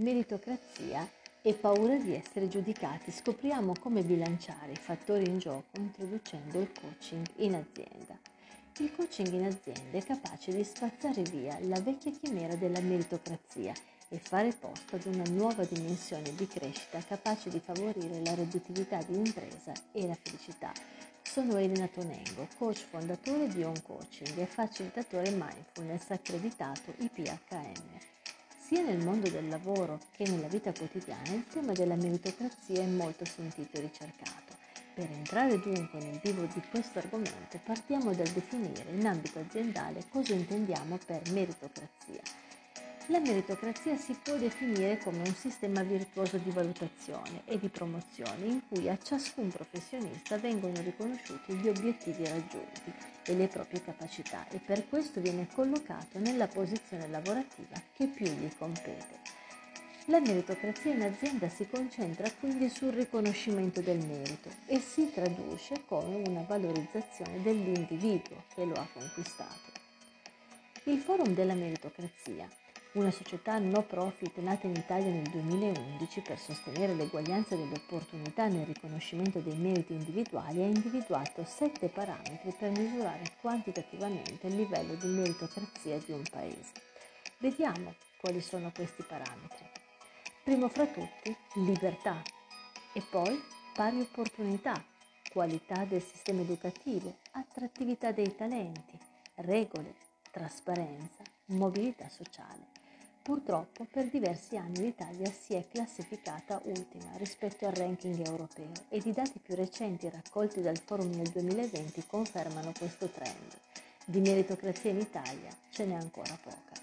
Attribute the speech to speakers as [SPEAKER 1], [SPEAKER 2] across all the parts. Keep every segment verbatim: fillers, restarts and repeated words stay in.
[SPEAKER 1] meritocrazia e paura di essere giudicati. Scopriamo come bilanciare i fattori in gioco introducendo il coaching in azienda. Il coaching in azienda è capace di spazzare via la vecchia chimera della meritocrazia e fare posto ad una nuova dimensione di crescita capace di favorire la redditività di impresa e la felicità. Sono Elena Tonengo, coach fondatore di On Coaching e facilitatore mindfulness accreditato I P H M. Sia nel mondo del lavoro che nella vita quotidiana il tema della meritocrazia è molto sentito e ricercato. Per entrare dunque nel vivo di questo argomento partiamo dal definire in ambito aziendale cosa intendiamo per meritocrazia. La meritocrazia si può definire come un sistema virtuoso di valutazione e di promozione in cui a ciascun professionista vengono riconosciuti gli obiettivi raggiunti e le proprie capacità e per questo viene collocato nella posizione lavorativa che più gli compete. La meritocrazia in azienda si concentra quindi sul riconoscimento del merito e si traduce come una valorizzazione dell'individuo che lo ha conquistato. Il Forum della Meritocrazia, una società no profit nata in Italia nel duemilaundici per sostenere l'eguaglianza delle opportunità nel riconoscimento dei meriti individuali, ha individuato sette parametri per misurare quantitativamente il livello di meritocrazia di un paese. Vediamo quali sono questi parametri. Primo fra tutti, libertà, e poi pari opportunità, qualità del sistema educativo, attrattività dei talenti, regole, trasparenza, mobilità sociale. Purtroppo per diversi anni l'Italia si è classificata ultima rispetto al ranking europeo ed i dati più recenti raccolti dal Forum nel duemilaventi confermano questo trend. Di meritocrazia in Italia ce n'è ancora poca.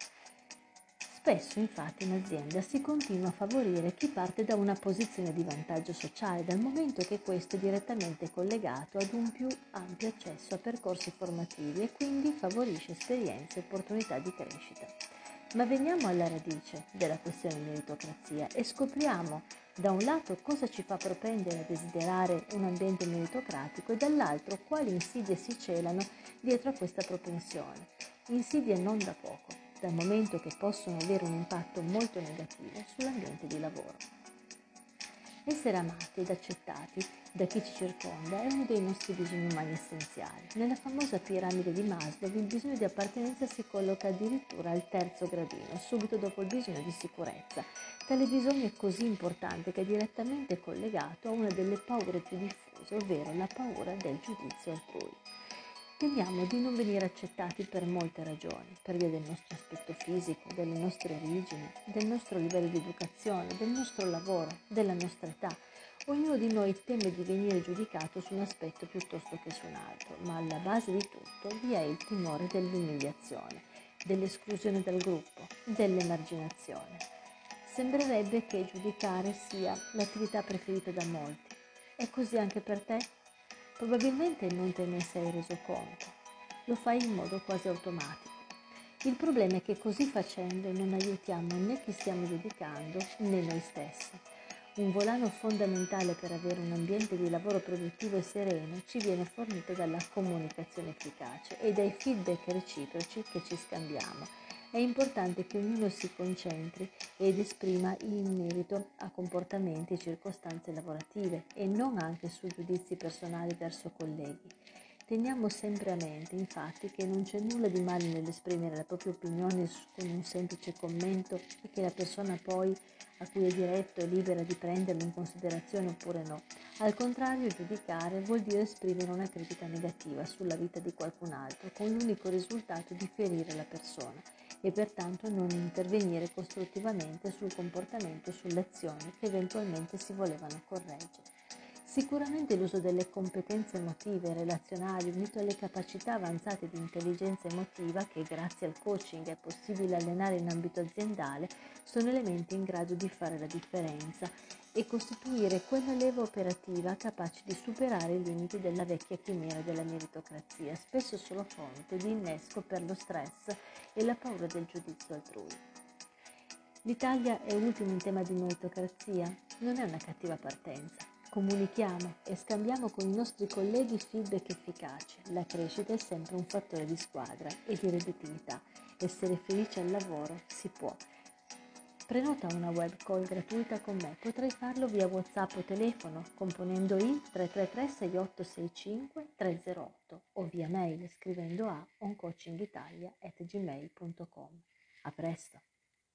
[SPEAKER 1] Spesso infatti in azienda si continua a favorire chi parte da una posizione di vantaggio sociale, dal momento che questo è direttamente collegato ad un più ampio accesso a percorsi formativi e quindi favorisce esperienze e opportunità di crescita. Ma veniamo alla radice della questione meritocrazia e scopriamo da un lato cosa ci fa propendere a desiderare un ambiente meritocratico e dall'altro quali insidie si celano dietro a questa propensione. Insidie non da poco, dal momento che possono avere un impatto molto negativo sull'ambiente di lavoro. Essere amati ed accettati da chi ci circonda è uno dei nostri bisogni umani essenziali. Nella famosa piramide di Maslow il bisogno di appartenenza si colloca addirittura al terzo gradino, subito dopo il bisogno di sicurezza. Tale bisogno è così importante che è direttamente collegato a una delle paure più diffuse, ovvero la paura del giudizio altrui. Temiamo di non venire accettati per molte ragioni, per via del nostro aspetto fisico, delle nostre origini, del nostro livello di educazione, del nostro lavoro, della nostra età. Ognuno di noi teme di venire giudicato su un aspetto piuttosto che su un altro, ma alla base di tutto vi è il timore dell'umiliazione, dell'esclusione dal gruppo, dell'emarginazione. Sembrerebbe che giudicare sia l'attività preferita da molti. È così anche per te? Probabilmente non te ne sei reso conto, lo fai in modo quasi automatico. Il problema è che così facendo non aiutiamo né chi stiamo giudicando né noi stessi. Un volano fondamentale per avere un ambiente di lavoro produttivo e sereno ci viene fornito dalla comunicazione efficace e dai feedback reciproci che ci scambiamo. È importante che ognuno si concentri ed esprima in merito a comportamenti e circostanze lavorative e non anche su giudizi personali verso colleghi. Teniamo sempre a mente, infatti, che non c'è nulla di male nell'esprimere la propria opinione con un semplice commento e che la persona poi a cui è diretto è libera di prenderlo in considerazione oppure no. Al contrario, giudicare vuol dire esprimere una critica negativa sulla vita di qualcun altro, con l'unico risultato di ferire la persona e pertanto non intervenire costruttivamente sul comportamento o sulle azioni che eventualmente si volevano correggere. Sicuramente l'uso delle competenze emotive e relazionali unito alle capacità avanzate di intelligenza emotiva che grazie al coaching è possibile allenare in ambito aziendale sono elementi in grado di fare la differenza e costituire quella leva operativa capace di superare i limiti della vecchia chimera della meritocrazia, spesso solo fonte di innesco per lo stress e la paura del giudizio altrui. L'Italia è ultimo in tema di meritocrazia? Non è una cattiva partenza. Comunichiamo e scambiamo con i nostri colleghi feedback efficaci. La crescita è sempre un fattore di squadra e di redditività. Essere felici al lavoro si può. Prenota una web call gratuita con me, potrai farlo via WhatsApp o telefono componendo il tre tre tre sei otto sei cinque tre zero otto o via mail scrivendo a oncoachingitalia chiocciola gmail punto com. A presto!